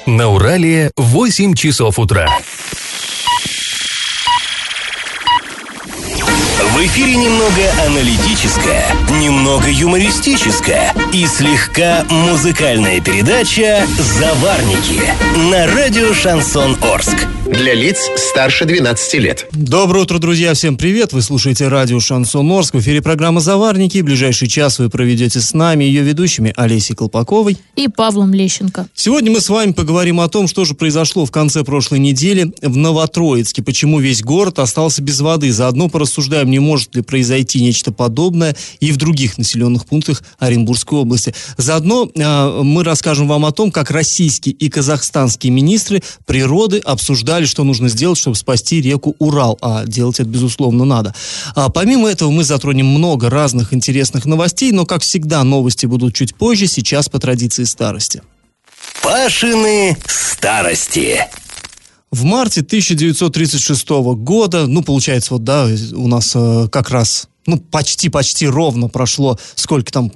На Урале 8 часов утра. В эфире немного аналитическая, немного юмористическая и слегка музыкальная передача «Заварники» на радио «Шансон Орск». Для лиц старше 12 лет. Доброе утро, друзья, всем привет. Вы слушаете радио «Шансон Орск». В эфире программа «Заварники». Ближайший час вы проведете с нами, ее ведущими Олесей Колпаковой и Павлом Лещенко. Сегодня мы с вами поговорим о том, что же произошло в конце прошлой недели в Новотроицке, почему весь город остался без воды. Заодно порассуждаем, не может ли произойти нечто подобное и в других населенных пунктах Оренбургской области. Заодно мы расскажем вам о том, как российские и казахстанские министры природы обсуждали, что нужно сделать, чтобы спасти реку Урал, а делать это, безусловно, надо. Помимо этого, мы затронем много разных интересных новостей, но, как всегда, новости будут чуть позже, сейчас по традиции старости. Пашины старости. В марте 1936 года, получается, у нас как раз... почти ровно прошло, сколько там,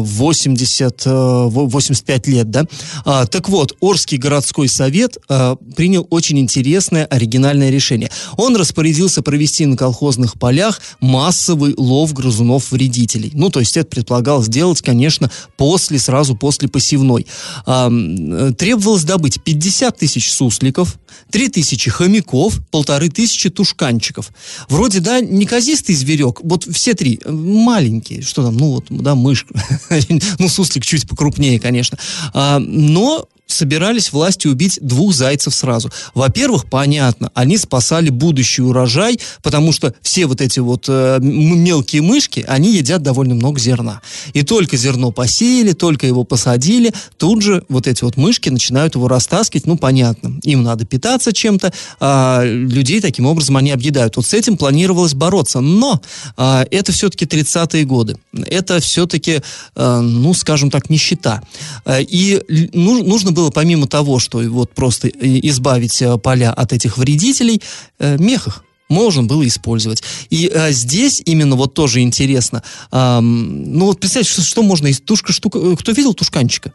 85 лет, да? Так вот, Орский городской совет принял очень интересное, оригинальное решение. Он распорядился провести на колхозных полях массовый лов грызунов-вредителей. То есть это предполагалось сделать, конечно, сразу после посевной. Требовалось добыть 50 тысяч сусликов, 3 тысячи хомяков, 1500 тушканчиков. Вроде, неказистый зверек, все три маленькие, что там, мышка, суслик чуть покрупнее, конечно, но собирались власти убить 2 зайцев сразу. Во-первых, понятно, они спасали будущий урожай, потому что все эти мелкие мышки, они едят довольно много зерна. И только зерно посеяли, только его посадили, тут же эти мышки начинают его растаскивать, понятно, им надо питаться чем-то, а людей таким образом они объедают. С этим планировалось бороться, но это все-таки 30-е годы. Это все-таки, скажем так, нищета. И нужно было, помимо того, что просто избавить поля от этих вредителей, мех их можно было использовать. И здесь именно тоже интересно. Представьте, что можно из штука. Кто видел тушканчика?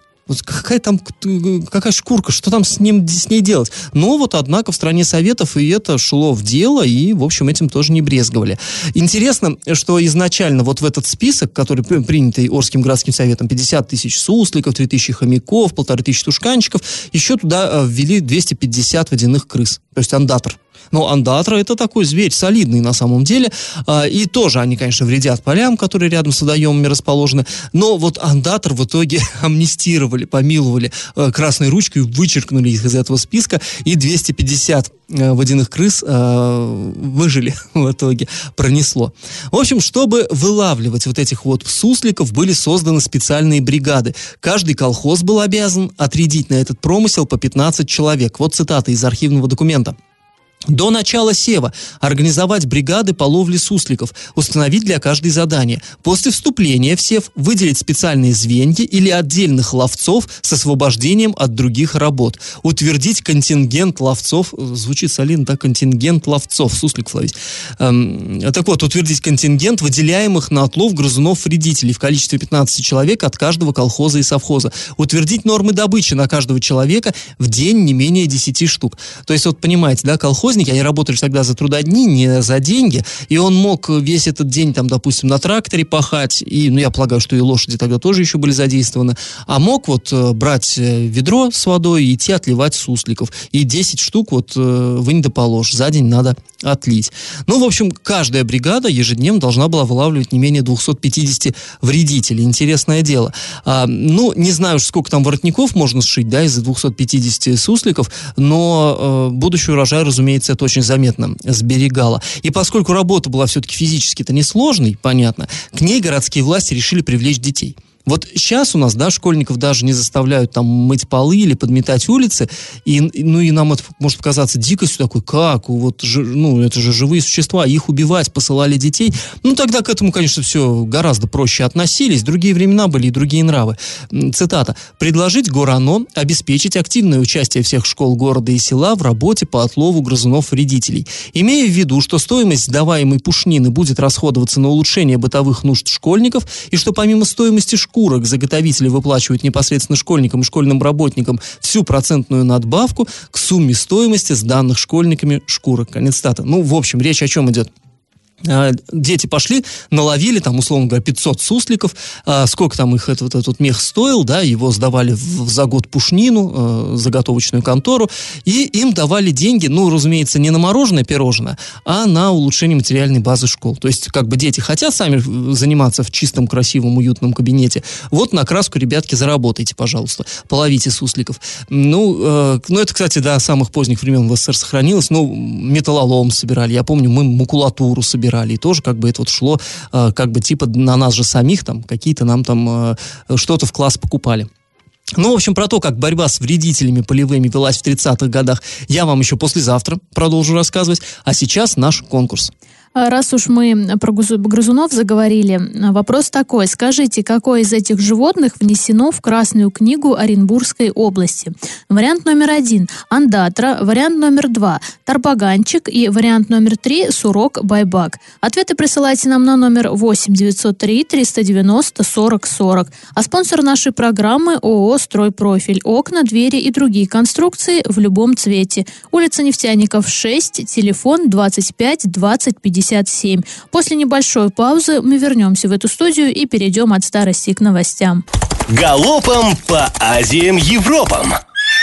Какая шкурка, что там с ней делать? Но однако в стране советов и это шло в дело, и, в общем, этим тоже не брезговали. Интересно, что изначально в этот список, который принятый Орским городским советом, 50 тысяч сусликов, 3000 хомяков, 1500 тушканчиков, еще туда ввели 250 водяных крыс, то есть ондатр. Но ондатра — это такой зверь солидный на самом деле, и тоже они, конечно, вредят полям, которые рядом с водоемами расположены, но ондатр в итоге амнистировали, помиловали красной ручкой, вычеркнули их из этого списка, и 250 водяных крыс выжили в итоге, пронесло. В общем, чтобы вылавливать этих сусликов, были созданы специальные бригады. Каждый колхоз был обязан отрядить на этот промысел по 15 человек. Цитата из архивного документа. До начала сева организовать бригады по ловле сусликов, установить для каждой задание. После вступления в сев выделить специальные звенья или отдельных ловцов с освобождением от других работ. Утвердить контингент ловцов, звучит солидно, да, контингент ловцов, сусликов ловить. Утвердить контингент выделяемых на отлов грызунов-вредителей в количестве 15 человек от каждого колхоза и совхоза. Утвердить нормы добычи на каждого человека в день не менее 10 штук. То есть, понимаете, да, колхозники, они работали тогда за трудодни, не за деньги, и он мог весь этот день, допустим, на тракторе пахать, и, я полагаю, что и лошади тогда тоже еще были задействованы, а мог брать ведро с водой и идти отливать сусликов, и 10 штук вынь да положь, за день надо отлить. В общем, каждая бригада ежедневно должна была вылавливать не менее 250 вредителей. Интересное дело. Не знаю, сколько там воротников можно сшить, да, из 250 сусликов, но будущий урожай, разумеется, это очень заметно сберегало. И поскольку работа была все-таки физически-то несложной, понятно, к ней городские власти решили привлечь детей. Сейчас у нас, школьников даже не заставляют мыть полы или подметать улицы, и нам это может показаться дикостью такой, как, это же живые существа, их убивать, посылали детей. Тогда к этому, конечно, все гораздо проще относились, другие времена были и другие нравы. Цитата. «Предложить Горано обеспечить активное участие всех школ города и села в работе по отлову грызунов-вредителей, имея в виду, что стоимость сдаваемой пушнины будет расходоваться на улучшение бытовых нужд школьников, и что помимо стоимости школы шкурок заготовители выплачивают непосредственно школьникам и школьным работникам всю процентную надбавку к сумме стоимости сданных школьниками шкурок. Конец цитаты. Ну, в общем, речь о чем идет? Дети пошли, наловили, там, условно говоря, 500 сусликов, сколько там их этот мех стоил, да, его сдавали за год пушнину, заготовочную контору, и им давали деньги, ну, разумеется, не на мороженое, пирожное, а на улучшение материальной базы школ. То есть, как бы дети хотят сами заниматься в чистом, красивом, уютном кабинете, вот на краску, ребятки, заработайте, пожалуйста, половите сусликов. Ну, это, кстати, до самых поздних времен в СССР сохранилось, ну, металлолом собирали, я помню, мы макулатуру собирали, и тоже как бы это вот шло как бы типа на нас же самих, там какие-то нам там что-то в класс покупали. Ну, в общем, про то, как борьба с вредителями полевыми велась в 30-х годах, я вам еще послезавтра продолжу рассказывать, а сейчас наш конкурс. Раз уж мы про грызунов заговорили, вопрос такой. Скажите, какое из этих животных внесено в Красную книгу Оренбургской области? Вариант номер 1 – андатра, вариант номер 2 – тарбаганчик и вариант номер 3 – сурок-байбак. Ответы присылайте нам на номер 8 903 390 40 40. А спонсор нашей программы – ООО «Стройпрофиль». Окна, двери и другие конструкции в любом цвете. Улица Нефтяников, 6, телефон 25 20 50. После небольшой паузы мы вернемся в эту студию и перейдем от старости к новостям. Галопом по Азиям, Европам!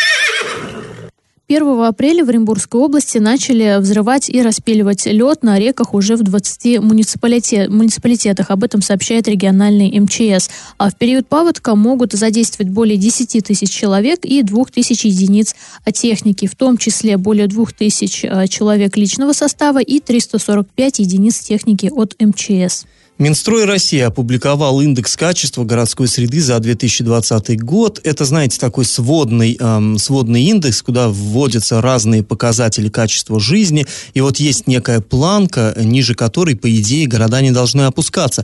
1 апреля в Оренбургской области начали взрывать и распиливать лед на реках уже в 20 муниципалитетах. Об этом сообщает региональный МЧС. А в период паводка могут задействовать более 10 тысяч человек и 2000 единиц техники, в том числе более 2000 человек личного состава и 345 единиц техники от МЧС. Минстрой России опубликовал индекс качества городской среды за 2020 год. Это, знаете, такой сводный индекс, куда вводятся разные показатели качества жизни. И вот есть некая планка, ниже которой, по идее, города не должны опускаться.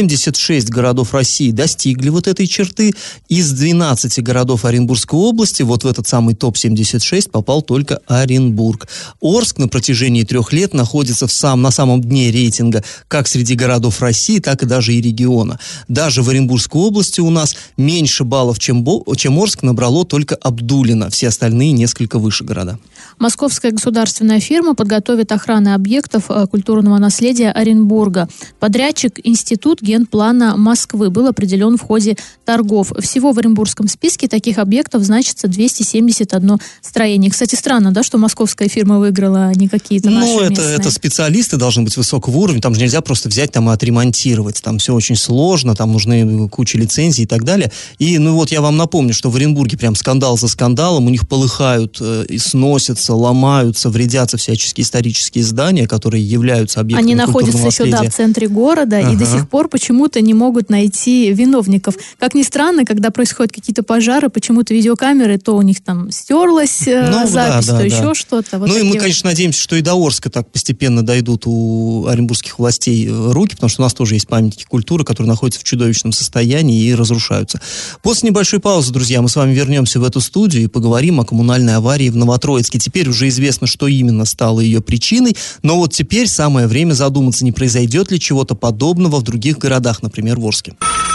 76 городов России достигли вот этой черты. Из 12 городов Оренбургской области вот в этот самый топ-76 попал только Оренбург. Орск на протяжении 3 лет находится на самом дне рейтинга как среди городов России, так и даже и региона. Даже в Оренбургской области у нас меньше баллов, чем Орск, набрало только Абдулино. Все остальные несколько выше города. Московская государственная фирма подготовит охрану объектов культурного наследия Оренбурга. Подрядчик Институт генплана Москвы был определен в ходе торгов. Всего в Оренбургском списке таких объектов значится 271 строение. Кстати, странно, да, что московская фирма выиграла, а не какие-то наши местные. Это специалисты должны быть высокого уровня. Там же нельзя просто взять там и отремонтировать. Там все очень сложно, там нужны куча лицензий и так далее. И, я вам напомню, что в Оренбурге прям скандал за скандалом, у них полыхают и сносятся, ломаются, вредятся всяческие исторические здания, которые являются объектами культурного наследия. Они находятся еще, в центре города, и до сих пор почему-то не могут найти виновников. Как ни странно, когда происходят какие-то пожары, почему-то видеокамеры, то у них там стерлась запись, то еще что-то. И мы, конечно, надеемся, что и до Орска так постепенно дойдут у оренбургских властей руки, потому что у нас тоже есть памятники культуры, которые находятся в чудовищном состоянии и разрушаются. После небольшой паузы, друзья, мы с вами вернемся в эту студию и поговорим о коммунальной аварии в Новотроицке. Теперь уже известно, что именно стало ее причиной, но вот теперь самое время задуматься, не произойдет ли чего-то подобного в других городах, например, в Орске.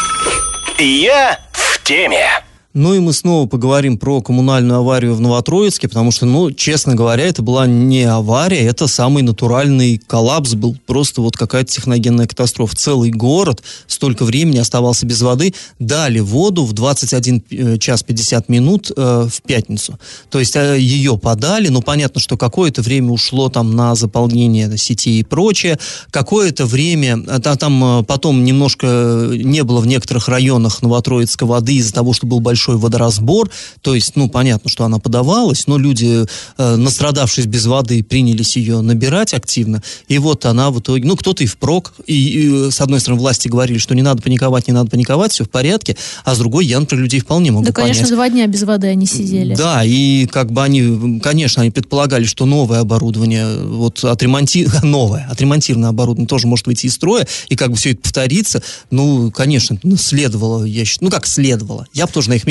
Я в теме. Ну и мы снова поговорим про коммунальную аварию в Новотроицке, потому что, честно говоря, это была не авария, это самый натуральный коллапс был, просто вот какая-то техногенная катастрофа. Целый город столько времени оставался без воды, дали воду в 21 час 50 минут в пятницу. То есть ее подали, понятно, что какое-то время ушло там на заполнение сетей и прочее, какое-то время, там потом немножко не было в некоторых районах Новотроицка воды из-за того, что был большой водоразбор, то есть, понятно, что она подавалась, но люди, настрадавшись без воды, принялись ее набирать активно, и вот она в итоге, кто-то и впрок, и с одной стороны, власти говорили, что не надо паниковать, все в порядке, а с другой, я, например, людей вполне могу понять. Да, конечно, 2 дня без воды они сидели. Да, и они предполагали, что новое оборудование, отремонтированное оборудование тоже может выйти из строя, и все это повторится, конечно, следовало, я бы тоже на их месте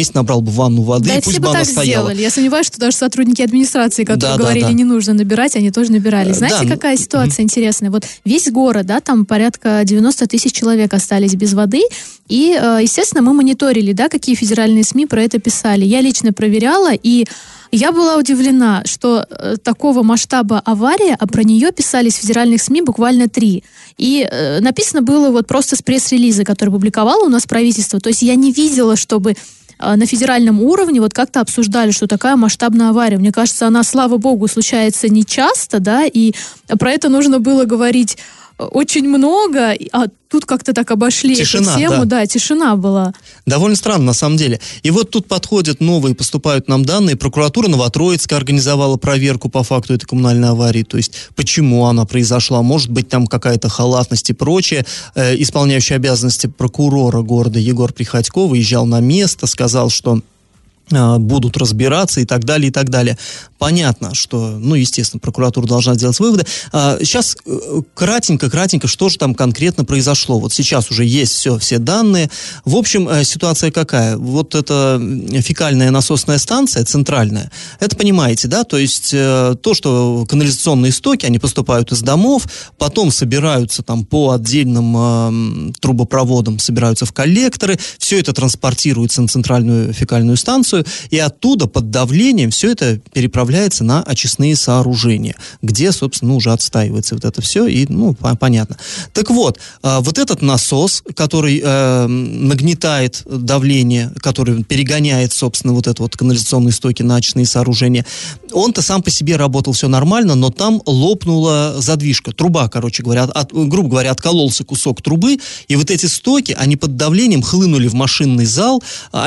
месте набрал бы ванну воды, Да, и пусть все бы бы она так стояла. сделали. Я сомневаюсь, что даже сотрудники администрации, которые говорили, не нужно набирать, они тоже набирали. Знаете, какая ситуация интересная? Вот весь город, да, там порядка 90 тысяч человек остались без воды, и, естественно, мы мониторили, да, какие федеральные СМИ про это писали. Я лично проверяла, и я была удивлена, что такого масштаба авария, а про нее писались в федеральных СМИ буквально 3. И написано было вот просто с пресс-релиза, который публиковало у нас правительство. То есть я не видела, чтобы на федеральном уровне вот как-то обсуждали, что такая масштабная авария. Мне кажется, она, слава богу, случается нечасто, да, и про это нужно было говорить очень много, а тут как-то так обошли эту тему. Да, тишина была. Довольно странно, на самом деле. И вот тут подходят новые, поступают нам данные. Прокуратура Новотроицка организовала проверку по факту этой коммунальной аварии. То есть, почему она произошла. Может быть, там какая-то халатность и прочее. Исполняющий обязанности прокурора города Егор Приходько выезжал на место, сказал, что будут разбираться и так далее, и так далее. Понятно, что, естественно, прокуратура должна сделать выводы. Сейчас кратенько, что же там конкретно произошло. Вот сейчас уже есть все данные. В общем, ситуация какая? Вот эта фекальная насосная станция, центральная, это понимаете, да? То есть то, что канализационные стоки, они поступают из домов, потом собираются там по отдельным трубопроводам, собираются в коллекторы, все это транспортируется на центральную фекальную станцию, и оттуда под давлением все это переправляется на очистные сооружения, где, собственно, уже отстаивается вот это все, и, понятно. Так вот, вот этот насос, который нагнетает давление, который перегоняет, собственно, вот это вот канализационные стоки на очистные сооружения, он-то сам по себе работал все нормально, но там лопнула задвижка, труба, короче говоря, грубо говоря, откололся кусок трубы, и вот эти стоки, они под давлением хлынули в машинный зал, а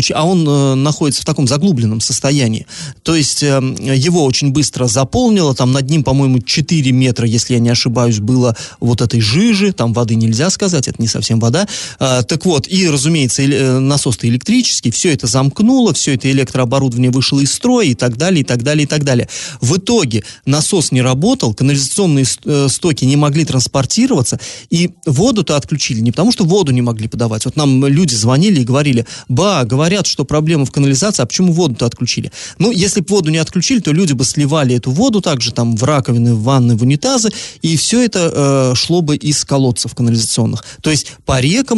он находится в таком заглубленном состоянии. То есть его очень быстро заполнило, там над ним, по-моему, 4 метра, если я не ошибаюсь, было вот этой жижи, там воды нельзя сказать, это не совсем вода. Так вот, и, разумеется, насос-то электрический, все это замкнуло, все это электрооборудование вышло из строя и так далее, и так далее, и так далее. В итоге насос не работал, канализационные стоки не могли транспортироваться, и воду-то отключили не потому, что воду не могли подавать. Вот нам люди звонили и говорили, говорят, что проблема в канализации, а почему воду-то отключили? Если бы воду не отключили, то люди бы сливали эту воду также там в раковины, в ванны, в унитазы, и все это шло бы из колодцев канализационных. То есть по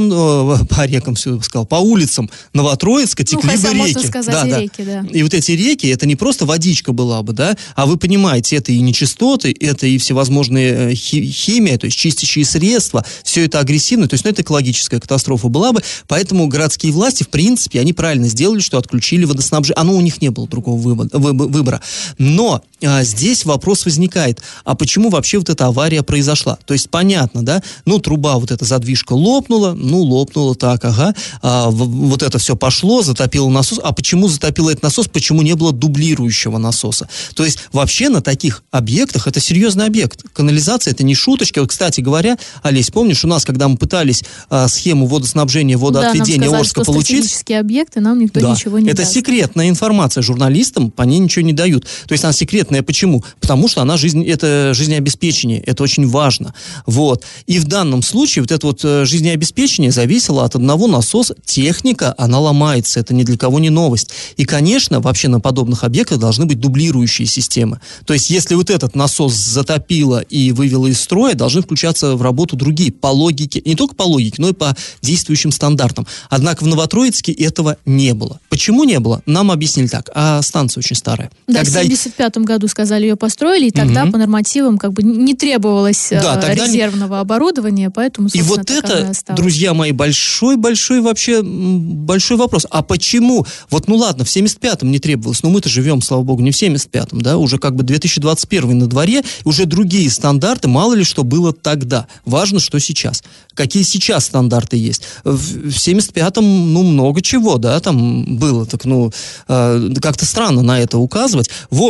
улицам Новотроицка текли бы реки. Можно сказать, реки, да. И вот эти реки, это не просто водичка была бы, да, а вы понимаете, это и нечистоты, это и всевозможные химия, то есть чистящие средства, все это агрессивно, то есть, это экологическая катастрофа была бы, поэтому городские власти, в принципе, они правильно сделали, что отключили водоснабжение. У них не было другого выбора. Но здесь вопрос возникает, а почему вообще вот эта авария произошла? То есть, понятно, да, труба, вот эта задвижка лопнула, так, вот это все пошло, затопило насос. А почему затопило этот насос? Почему не было дублирующего насоса? То есть, вообще на таких объектах, это серьезный объект. Канализация, это не шуточки. Вот, кстати говоря, Олесь, помнишь, у нас, когда мы пытались схему водоснабжения, водоотведения Орска получить... стратегические объекты, нам никто ничего не даст. Это секретная информация. Журналистам по ней ничего не дают. То есть она секретная. Почему? Потому что это жизнеобеспечение. Это очень важно. Вот. И в данном случае вот это вот жизнеобеспечение зависело от одного насоса. Техника, она ломается. Это ни для кого не новость. И, конечно, вообще на подобных объектах должны быть дублирующие системы. То есть если вот этот насос затопило и вывело из строя, должны включаться в работу другие. По логике. Не только по логике, но и по действующим стандартам. Однако в Новотроицке этого не было. Почему не было? Нам объяснили так. А станция очень старая. Да, в 75-м году, сказали, ее построили, и тогда по нормативам не требовалось резервного оборудования, поэтому, собственно, и вот это, друзья мои, большой вопрос. А почему? Ладно, в 75-м не требовалось, но мы-то живем, слава богу, не в 75-м, да, уже 2021 на дворе, уже другие стандарты, мало ли что было тогда. Важно, что сейчас. Какие сейчас стандарты есть. В 75-м, много чего, да, там было, так, как-то странно на это указывать. В общем,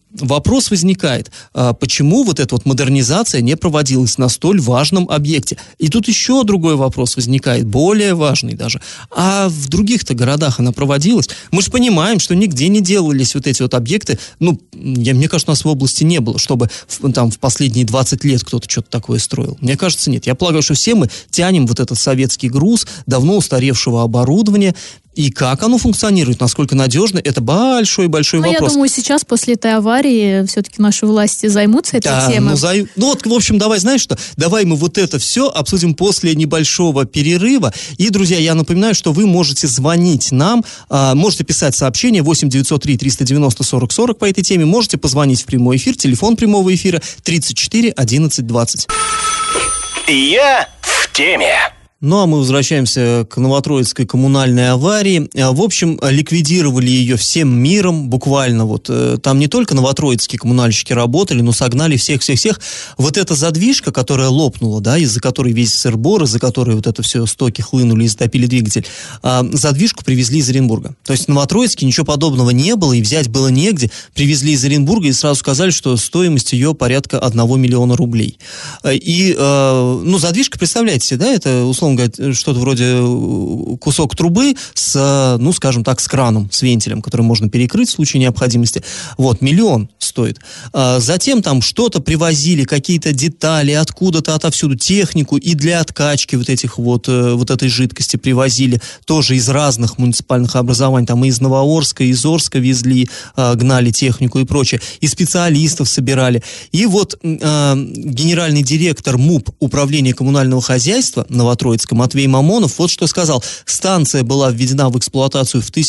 вопрос возникает, почему вот эта вот модернизация не проводилась на столь важном объекте? И тут еще другой вопрос возникает, более важный даже. А в других-то городах она проводилась? Мы же понимаем, что нигде не делались вот эти вот объекты. Мне кажется, у нас в области не было, чтобы в последние 20 лет кто-то что-то такое строил. Мне кажется, нет. Я полагаю, что все мы тянем вот этот советский груз давно устаревшего оборудования. И как оно функционирует, насколько надежно, это большой-большой вопрос. Я думаю, сейчас, после этой аварии, все-таки наши власти займутся этой темой. В общем, давай, знаешь что, давай мы вот это все обсудим после небольшого перерыва. И, друзья, я напоминаю, что вы можете звонить нам, можете писать сообщение 8-903-390-40-40 по этой теме, можете позвонить в прямой эфир, телефон прямого эфира 34 11 20. Я в теме. Ну, а мы возвращаемся к Новотроицкой коммунальной аварии. В общем, ликвидировали ее всем миром, буквально. Там не только новотроицкие коммунальщики работали, но согнали всех-всех-всех. Вот эта задвижка, которая лопнула, да, из-за которой весь сыр-бор, из-за которой вот это все стоки хлынули и затопили двигатель, задвижку привезли из Оренбурга. То есть в Новотроицке ничего подобного не было, и взять было негде. Привезли из Оренбурга и сразу сказали, что стоимость ее порядка 1 миллиона рублей. И, задвижка, представляете себе, да, это, условно говоря, что-то вроде кусок трубы с, скажем так, с краном, с вентилем, который можно перекрыть в случае необходимости. 1 миллион стоит. Затем там что-то привозили, какие-то детали, откуда-то, отовсюду, технику и для откачки вот этой жидкости привозили, тоже из разных муниципальных образований, там и из Новоорска, и из Орска везли, гнали технику и прочее, и специалистов собирали. И генеральный директор МУП Управления коммунального хозяйства Новотроицка Матвей Мамонов вот что сказал. Станция была введена в эксплуатацию в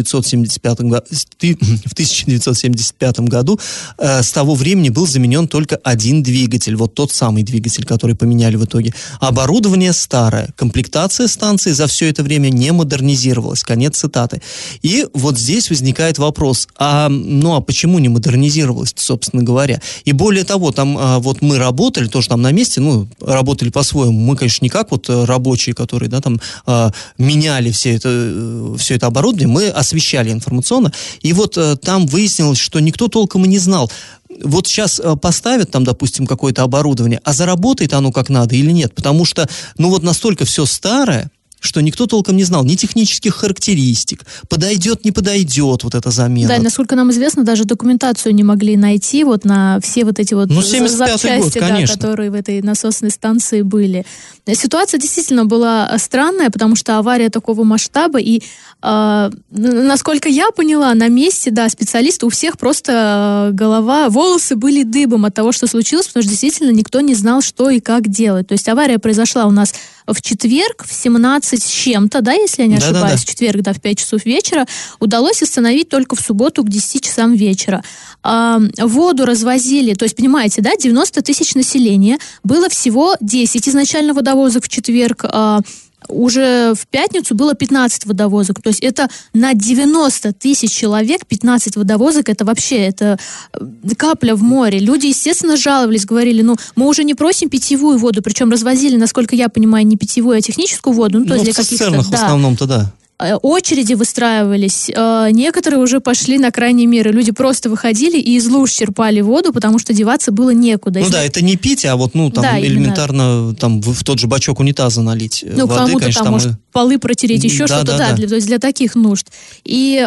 1975 году. С того времени был заменен только один двигатель. Вот тот самый двигатель, который поменяли в итоге. Оборудование старое. Комплектация станции за все это время не модернизировалась. Конец цитаты. И вот здесь возникает вопрос, а почему не модернизировалась, собственно говоря? И более того, там мы работали, тоже там на месте, работали по-своему. Мы, конечно, не как рабочие, которые, меняли все это оборудование, мы освещали информационно, и там выяснилось, что никто толком и не знал. Вот сейчас поставят там, допустим, какое-то оборудование, а заработает оно как надо или нет, потому что, настолько все старое, что никто толком не знал ни технических характеристик, подойдет, не подойдет вот эта замена. Да, и насколько нам известно, даже документацию не могли найти на все эти запчасти, которые в этой насосной станции были. Ситуация действительно была странная, потому что авария такого масштаба, и насколько я поняла, на месте, специалисты, у всех просто волосы были дыбом от того, что случилось, потому что действительно никто не знал, что и как делать. То есть авария произошла у нас в четверг в 17 с чем-то, если я не ошибаюсь, в четверг, в 5 часов вечера, удалось остановить только в субботу к 10 часам вечера. Воду развозили, то есть, понимаете, 90 тысяч населения, было всего 10 изначально водовозок в четверг, уже в пятницу было 15 водовозок. То есть это на 90 тысяч человек 15 водовозок, это капля в море. Люди, естественно, жаловались, говорили, мы уже не просим питьевую воду, причем развозили, насколько я понимаю, не питьевую, а техническую воду. То есть для каких-то, в основном-то, да. Очереди выстраивались, некоторые уже пошли на крайние меры. Люди просто выходили и из луж черпали воду, потому что деваться было некуда. Это не пить, а элементарно в тот же бачок унитаза налить воды, кому-то конечно, там может полы протереть, еще что-то, то есть для таких нужд. И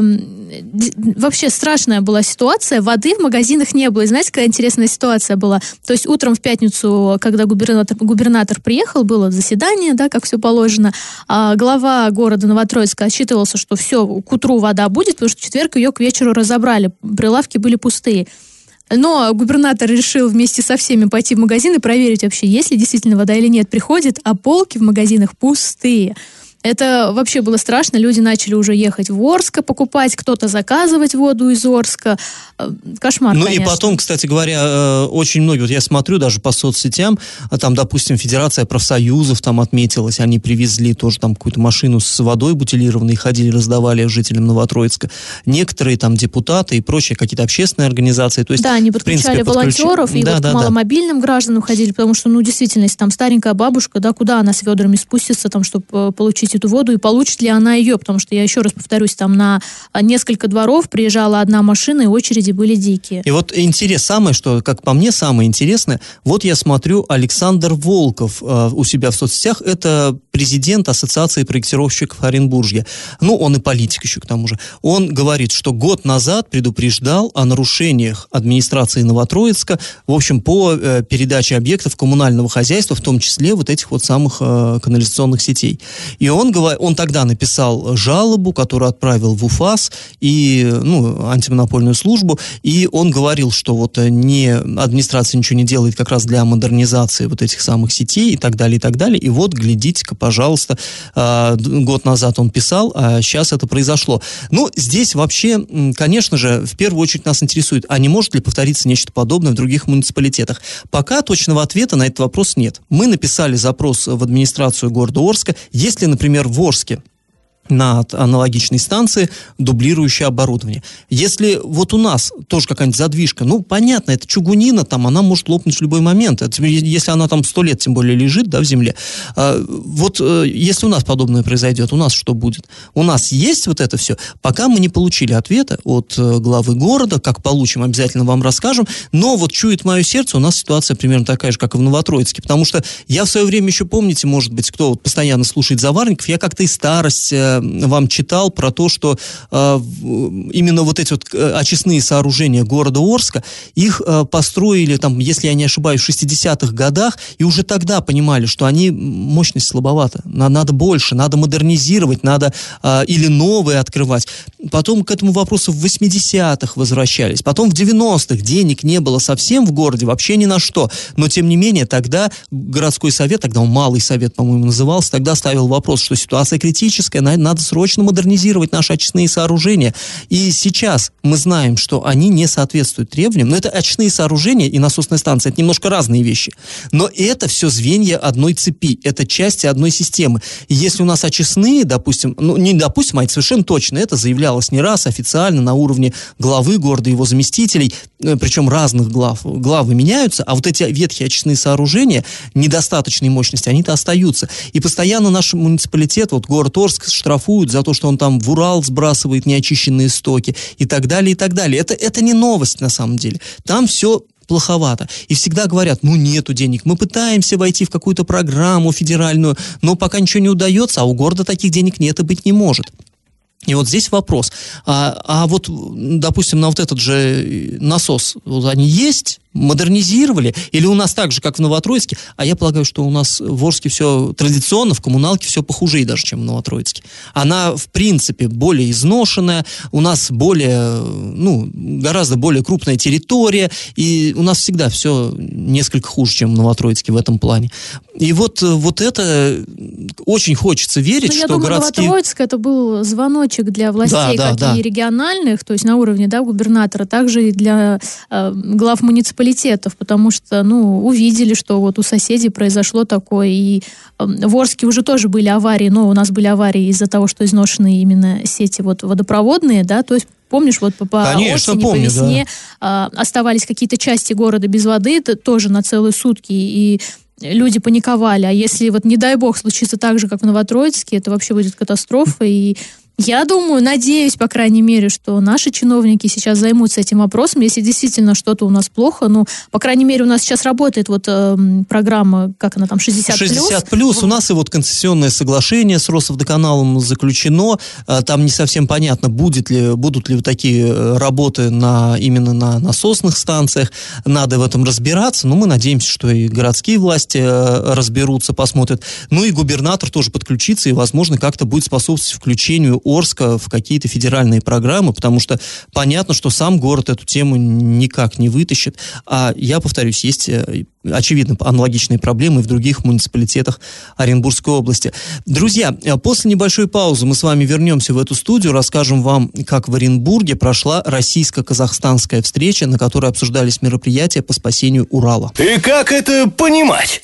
вообще страшная была ситуация, воды в магазинах не было. И знаете, какая интересная ситуация была? То есть утром в пятницу, когда губернатор приехал, было заседание, как все положено, глава города Новотроицка отчитывался, что все, к утру вода будет, потому что в четверг ее к вечеру разобрали, прилавки были пустые. Но губернатор решил вместе со всеми пойти в магазин и проверить вообще, есть ли действительно вода или нет. Приходит, а полки в магазинах пустые. Это вообще было страшно. Люди начали уже ехать в Орск покупать, кто-то заказывать воду из Орска. Кошмар, конечно. И потом, кстати говоря, очень многие, я смотрю даже по соцсетям, там, допустим, Федерация профсоюзов там отметилась, они привезли тоже там какую-то машину с водой бутилированной, ходили, раздавали жителям Новотроицка. Некоторые там депутаты и прочие какие-то общественные организации. То есть, они подключали волонтеров, и маломобильным гражданам ходили, потому что, действительно, если там старенькая бабушка, куда она с ведрами спустится, чтобы получить получить эту воду и получит ли она ее, потому что, я еще раз повторюсь, там на несколько дворов приезжала одна машина, и очереди были дикие. И вот самое, что, как по мне, самое интересное, вот я смотрю, Александр Волков у себя в соцсетях, это президент Ассоциации проектировщиков Оренбуржья. Он и политик еще к тому же. Он говорит, что год назад предупреждал о нарушениях администрации Новотроицка, в общем, по передаче объектов коммунального хозяйства, в том числе вот этих вот самых канализационных сетей. И он тогда написал жалобу, которую отправил в УФАС и антимонопольную службу, и он говорил, что вот администрация ничего не делает как раз для модернизации вот этих самых сетей и так далее, и так далее. И вот, глядите-ка, пожалуйста, год назад он писал, а сейчас это произошло. Здесь вообще, конечно же, в первую очередь нас интересует, а не может ли повториться нечто подобное в других муниципалитетах? Пока точного ответа на этот вопрос нет. Мы написали запрос в администрацию города Орска. Есть ли, например, в Орске на аналогичной станции дублирующее оборудование. Если вот у нас тоже какая-нибудь задвижка, понятно, это чугунина, там она может лопнуть в любой момент. Если она там 100 лет, тем более, лежит, в земле. Если у нас подобное произойдет, у нас что будет? У нас есть вот это все. Пока мы не получили ответа от главы города, как получим, обязательно вам расскажем, но вот чует мое сердце, у нас ситуация примерно такая же, как и в Новотроицке, потому что я в свое время еще, помните, может быть, кто постоянно слушает Заварников, я как-то и старость вам читал про то, что именно вот эти вот очистные сооружения города Орска, их построили, если я не ошибаюсь, в 60-х годах, и уже тогда понимали, что мощность слабовата, надо больше, надо модернизировать, надо или новые открывать. Потом к этому вопросу в 80-х возвращались, потом в 90-х денег не было совсем в городе, вообще ни на что, но тем не менее тогда городской совет, тогда он Малый совет, по-моему, назывался, тогда ставил вопрос, что ситуация критическая, надо срочно модернизировать наши очистные сооружения. И сейчас мы знаем, что они не соответствуют требованиям, но это очистные сооружения и насосная станция, это немножко разные вещи. Но это все звенья одной цепи, это части одной системы. И если у нас очистные, допустим, а это совершенно точно, это заявлялось не раз официально на уровне главы города, его заместителей, причем разных главы меняются, а вот эти ветхие очистные сооружения недостаточной мощности, они-то остаются. И постоянно наш муниципалитет, город Орск, штрафуют за то, что он там в Урал сбрасывает неочищенные стоки и так далее, и так далее. Это не новость на самом деле. Там все плоховато. И всегда говорят, нету денег. Мы пытаемся войти в какую-то программу федеральную, но пока ничего не удается, а у города таких денег нет и быть не может. И вот здесь вопрос. Допустим, на вот этот же насос, они есть? Модернизировали? Или у нас так же, как в Новотроицке? А я полагаю, что у нас в Орске все традиционно, в коммуналке все похуже даже, чем в Новотроицке. Она, в принципе, более изношенная, у нас гораздо более крупная территория, и у нас всегда все несколько хуже, чем в Новотроицке в этом плане. И вот это очень хочется верить, что городские... Я думаю, Новотроицк это был звоночек для властей, и региональных, то есть на уровне губернатора, также и для глав муниципалитетов, потому что, увидели, что вот у соседей произошло такое, и в Орске уже тоже были аварии, но у нас были аварии из-за того, что изношены именно сети водопроводные, то есть помнишь, по Конечно, осени, по весне оставались какие-то части города без воды, это тоже на целые сутки, и люди паниковали, а если не дай бог случится так же, как в Новотроицке, это вообще будет катастрофа, и я думаю, надеюсь, по крайней мере, что наши чиновники сейчас займутся этим вопросом, если действительно что-то у нас плохо. По крайней мере, у нас сейчас работает программа, как она там, 60+. 60+. У нас и концессионное соглашение с Росводоканалом заключено. Там не совсем понятно, будут ли такие работы именно на насосных станциях. Надо в этом разбираться. Но мы надеемся, что и городские власти разберутся, посмотрят. И губернатор тоже подключится и, возможно, как-то будет способствовать включению Орска в какие-то федеральные программы, потому что понятно, что сам город эту тему никак не вытащит. А я повторюсь, есть очевидно аналогичные проблемы в других муниципалитетах Оренбургской области. Друзья, после небольшой паузы мы с вами вернемся в эту студию, расскажем вам, как в Оренбурге прошла российско-казахстанская встреча, на которой обсуждались мероприятия по спасению Урала. И как это понимать?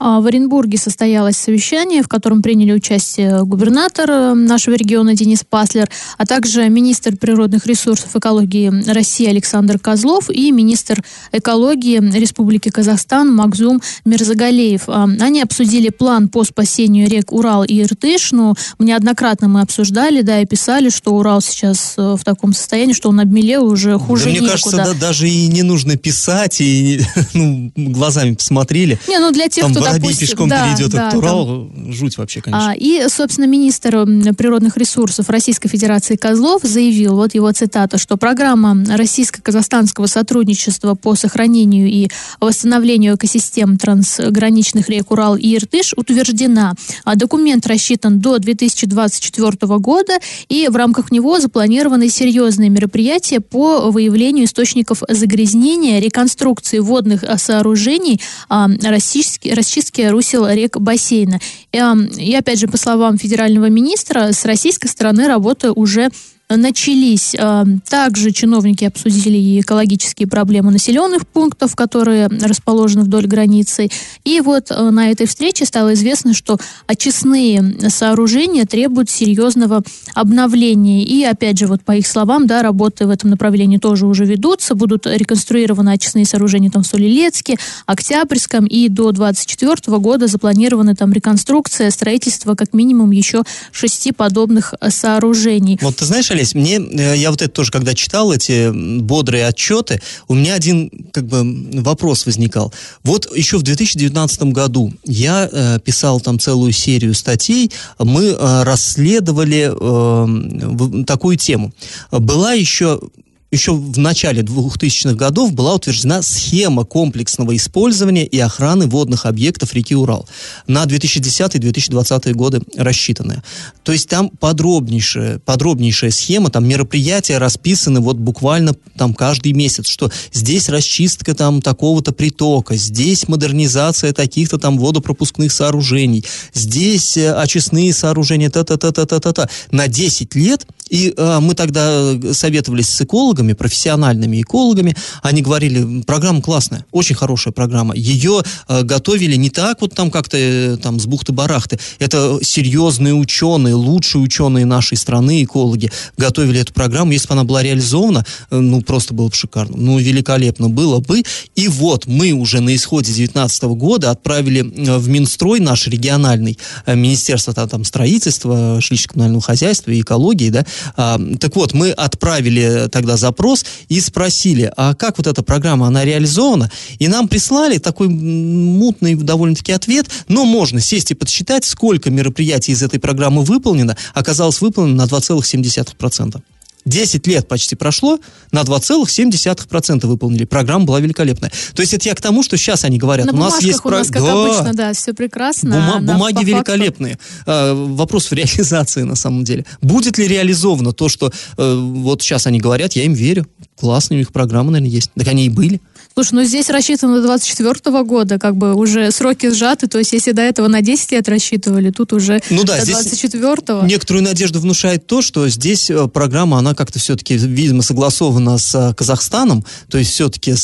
В Оренбурге состоялось совещание, в котором приняли участие губернатор нашего региона Денис Паслер, а также министр природных ресурсов и экологии России Александр Козлов и министр экологии Республики Казахстан Магзум Мирзагалиев. Они обсудили план по спасению рек Урал и Иртыш. Неоднократно мы обсуждали, и писали, что Урал сейчас в таком состоянии, что он обмелел уже хуже некуда. Мне кажется, даже и не нужно писать, и глазами посмотрели. Для тех, кто, Воробей пешком перейдет этот Урал, жуть вообще, конечно. И, собственно, министр природных ресурсов Российской Федерации Козлов заявил, вот его цитата, что программа российско-казахстанского сотрудничества по сохранению и восстановлению экосистем трансграничных рек Урал и Иртыш утверждена. Документ рассчитан до 2024 года, и в рамках него запланированы серьезные мероприятия по выявлению источников загрязнения, реконструкции водных сооружений, расчистки русел рек бассейна. И опять же, по словам федерального министра, с российской стороны работы уже начались. Также чиновники обсудили и экологические проблемы населенных пунктов, которые расположены вдоль границы. И вот на этой встрече стало известно, что очистные сооружения требуют серьезного обновления. И опять же, вот по их словам, работы в этом направлении тоже уже ведутся. Будут реконструированы очистные сооружения в Солилецке, Октябрьском, и до 2024 года запланированы там реконструкция, строительство как минимум еще 6 подобных сооружений. Вот ты знаешь, Олесь, я вот это тоже, когда читал эти бодрые отчеты, у меня один вопрос возникал. Вот еще в 2019 году я писал там целую серию статей, мы расследовали такую тему. Была еще в начале 2000-х годов была утверждена схема комплексного использования и охраны водных объектов реки Урал на 2010-2020 годы рассчитанная. То есть там подробнейшая схема, там мероприятия расписаны вот буквально там каждый месяц, что здесь расчистка там такого-то притока, здесь модернизация таких-то там водопропускных сооружений, здесь очистные сооружения, та-та-та-та-та-та. На 10 лет, и мы тогда советовались с экологами, профессиональными экологами, они говорили, программа классная, очень хорошая программа. Ее готовили не так вот там как-то там с бухты-барахты. Это серьезные ученые, лучшие ученые нашей страны, экологи, готовили эту программу. Если бы она была реализована, просто было бы шикарно. Великолепно было бы. И вот мы уже на исходе 2019 года отправили в Минстрой, наш региональный, Министерство там строительства, жилищно-коммунального хозяйства и экологии, так вот, мы отправили тогда запрос и спросили, а как вот эта программа, она реализована? И нам прислали такой мутный довольно-таки ответ, но можно сесть и подсчитать, сколько мероприятий из этой программы выполнено, оказалось выполнено на 2,7%. 10 лет почти прошло, на 2,7% выполнили. Программа была великолепная. То есть это я к тому, что сейчас они говорят. На бумажках у нас, как обычно, все прекрасно. Бумаги великолепные. Вопрос в реализации на самом деле. Будет ли реализовано то, что вот сейчас они говорят, я им верю. Классные у них программы, наверное, есть. Так они и были. Слушай, здесь рассчитано до 2024 года, уже сроки сжаты, то есть если до этого на 10 лет рассчитывали, тут уже до 2024. Некоторую надежду внушает то, что здесь программа, она как-то все-таки, видимо, согласована с Казахстаном, то есть все-таки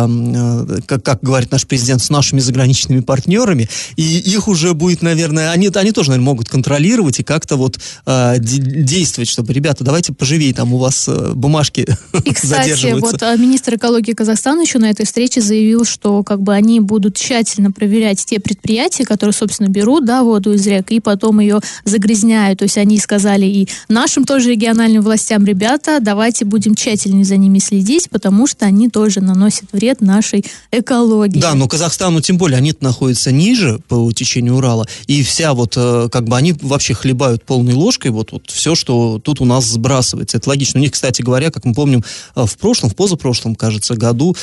как говорит наш президент, с нашими заграничными партнерами, и их уже будет, наверное, они тоже, наверное, могут контролировать и как-то вот действовать, чтобы, ребята, давайте поживее, там у вас бумажки задерживаются. И, кстати, министр экологии Казахстана еще на этой встрече заявил, что они будут тщательно проверять те предприятия, которые, собственно, берут воду из рек и потом ее загрязняют. То есть они сказали и нашим тоже региональным властям, ребята, давайте будем тщательнее за ними следить, потому что они тоже наносят вред нашей экологии. Да, но Казахстану тем более, они находятся ниже по течению Урала, и вся они вообще хлебают полной ложкой вот все, что тут у нас сбрасывается. Это логично. У них, кстати говоря, как мы помним, в позапрошлом, кажется, году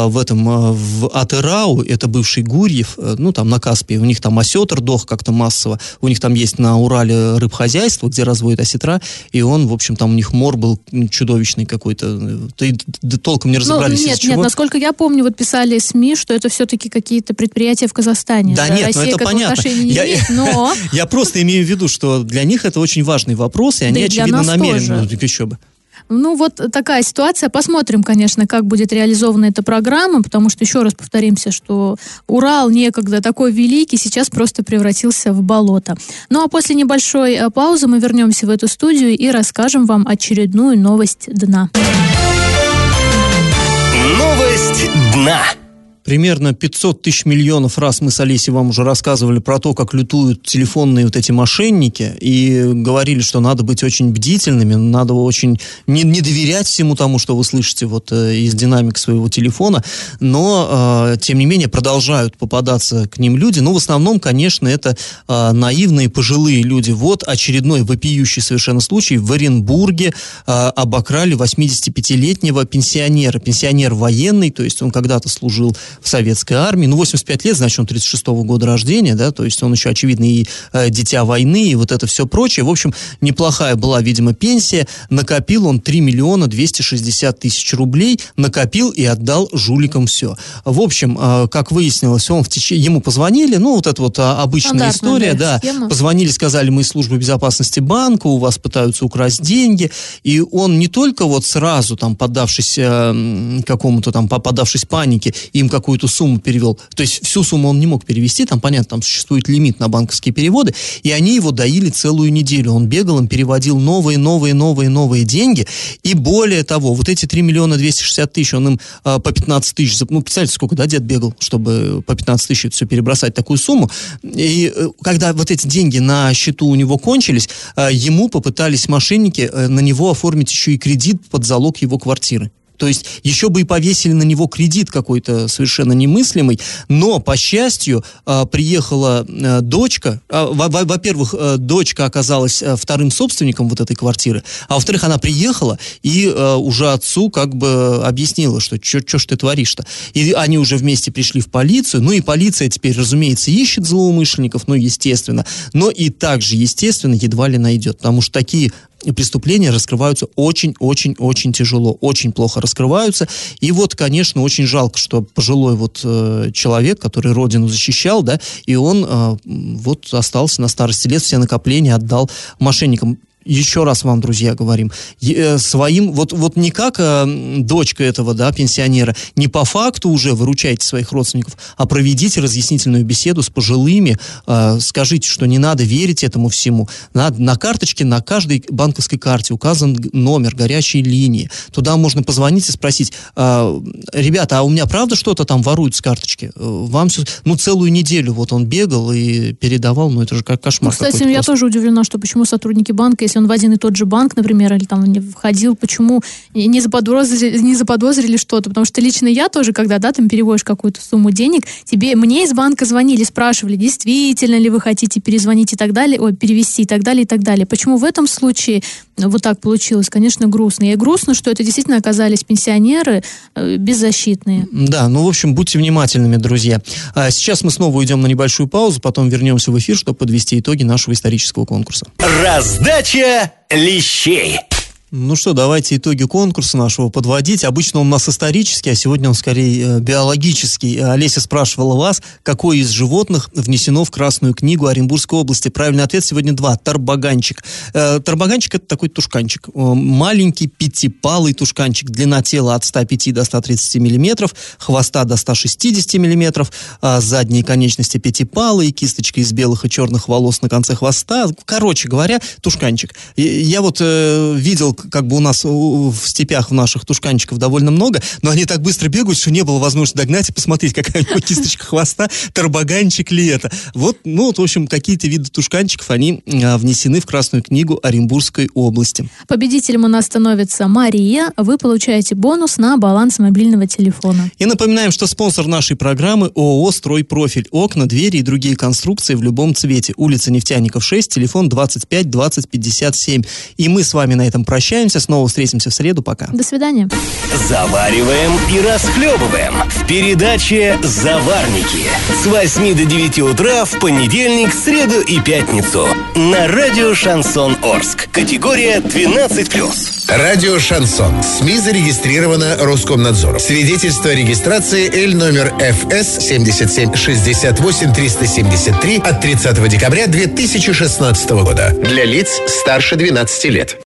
в Атырау, это бывший Гурьев, там на Каспии, у них там осетр дох как-то массово, у них там есть на Урале рыбхозяйство, где разводят осетра, и он, в общем, там у них мор был чудовищный какой-то, толком не разобрались из чего. Нет, насколько я помню, писали СМИ, что это все-таки какие-то предприятия в Казахстане. Да нет, Россия это понятно. Но... Я просто имею в виду, что для них это очень важный вопрос, и они, очевидно, намерены. Еще бы. Ну, вот такая ситуация. Посмотрим, конечно, как будет реализована эта программа, потому что, еще раз повторимся, что Урал некогда такой великий, сейчас просто превратился в болото. Ну, а после небольшой паузы мы вернемся в эту студию и расскажем вам очередную новость дна. Новость дна. Примерно 500 тысяч миллионов раз мы с Олесей вам уже рассказывали про то, как лютуют телефонные вот эти мошенники, и говорили, что надо быть очень бдительными, надо очень не доверять всему тому, что вы слышите вот из динамика своего телефона, но, тем не менее, продолжают попадаться к ним люди. Ну, в основном, конечно, это наивные пожилые люди. Вот очередной вопиющий совершенно случай. В Оренбурге обокрали 85-летнего пенсионера. Пенсионер военный, то есть он когда-то служил в советской армии. Ну, 85 лет, значит, он 36-го года рождения, да, то есть он еще, очевидно, и дитя войны, и вот это все прочее. В общем, неплохая была, видимо, пенсия. Накопил он 3 миллиона 260 тысяч рублей, накопил и отдал жуликам все. В общем, как выяснилось, ему позвонили, ну, вот это вот обычная история, да, позвонили, сказали, мы из службы безопасности банка, у вас пытаются украсть деньги, и он не только вот сразу, там, поддавшись какому-то там, поддавшись панике, им какую-то сумму перевел. То есть всю сумму он не мог перевести, там, понятно, там существует лимит на банковские переводы, и они его доили целую неделю. Он бегал, им переводил новые деньги, и более того, вот эти 3 миллиона 260 тысяч, он им по 15 тысяч, ну, представляете, сколько, да, дед бегал, чтобы по 15 тысяч это все перебросать, такую сумму. И когда вот эти деньги на счету у него кончились, ему попытались мошенники на него оформить еще и кредит под залог его квартиры. То есть еще бы и повесили на него кредит какой-то совершенно немыслимый, но, по счастью, приехала дочка. Во-первых, дочка оказалась вторым собственником вот этой квартиры, а во-вторых, она приехала и уже отцу как бы объяснила, что что ж ты творишь-то. И они уже вместе пришли в полицию, ну и полиция теперь, разумеется, ищет злоумышленников, ну, естественно, но и также, естественно, едва ли найдет, потому что такие преступления раскрываются очень-очень-очень тяжело, очень плохо раскрываются. И вот, конечно, очень жалко, что пожилой вот человек, который родину защищал, да, и он вот остался на старости лет, все накопления отдал мошенникам. Еще раз вам, друзья, говорим, своим, вот не как дочка этого, да, пенсионера, не по факту уже выручайте своих родственников, а проведите разъяснительную беседу с пожилыми, скажите, что не надо верить этому всему. На карточке, на каждой банковской карте указан номер горячей линии. Туда можно позвонить и спросить, ребята, а у меня правда что-то там воруют с карточки? Вам все... Ну, целую неделю вот он бегал и передавал, ну, это же как кошмар. Ну, кстати, я тоже удивлена, что почему сотрудники банка, если он в один и тот же банк, например, или там входил, почему не заподозрили что-то, потому что лично я тоже, когда, да, там переводишь какую-то сумму денег, мне из банка звонили, спрашивали, действительно ли вы хотите перезвонить и так далее, перевести и так далее, и так далее. Почему в этом случае вот так получилось? Конечно, грустно. И грустно, что это действительно оказались пенсионеры беззащитные. Да, ну, в общем, будьте внимательными, друзья. Сейчас мы снова уйдем на небольшую паузу, потом вернемся в эфир, чтобы подвести итоги нашего исторического конкурса. Раздача лещей. Ну что, давайте итоги конкурса нашего подводить. Обычно он у нас исторический, а сегодня он скорее биологический. Олеся спрашивала вас, какое из животных внесено в Красную книгу Оренбургской области. Правильный ответ сегодня 2. Тарбаганчик. Тарбаганчик — это такой тушканчик. Маленький пятипалый тушканчик. Длина тела от 105 до 130 миллиметров, хвоста до 160 миллиметров, задние конечности пятипалые, кисточка из белых и черных волос на конце хвоста. Короче говоря, тушканчик. Я вот видел, как бы у нас в степях в наших тушканчиков довольно много, но они так быстро бегают, что не было возможности догнать и посмотреть, какая у него кисточка хвоста, тарбаганчик ли это. Вот, ну, вот, в общем, какие-то виды тушканчиков, они внесены в Красную книгу Оренбургской области. Победителем у нас становится Мария. Вы получаете бонус на баланс мобильного телефона. И напоминаем, что спонсор нашей программы ООО «Стройпрофиль». Окна, двери и другие конструкции в любом цвете. Улица Нефтяников, 6, телефон 25 20 57. И мы с вами на этом прощаемся. Снова встретимся в среду. Пока. До свидания. Завариваем и расхлебываем в передаче «Заварники» с 8 до 9 утра в понедельник, среду и пятницу на радио «Шансон Орск». Категория 12+. Радио «Шансон». СМИ зарегистрировано Роскомнадзором. Свидетельство о регистрации Л номер ФС 77 68 373 от 30 декабря 2016 года. Для лиц старше 12 лет.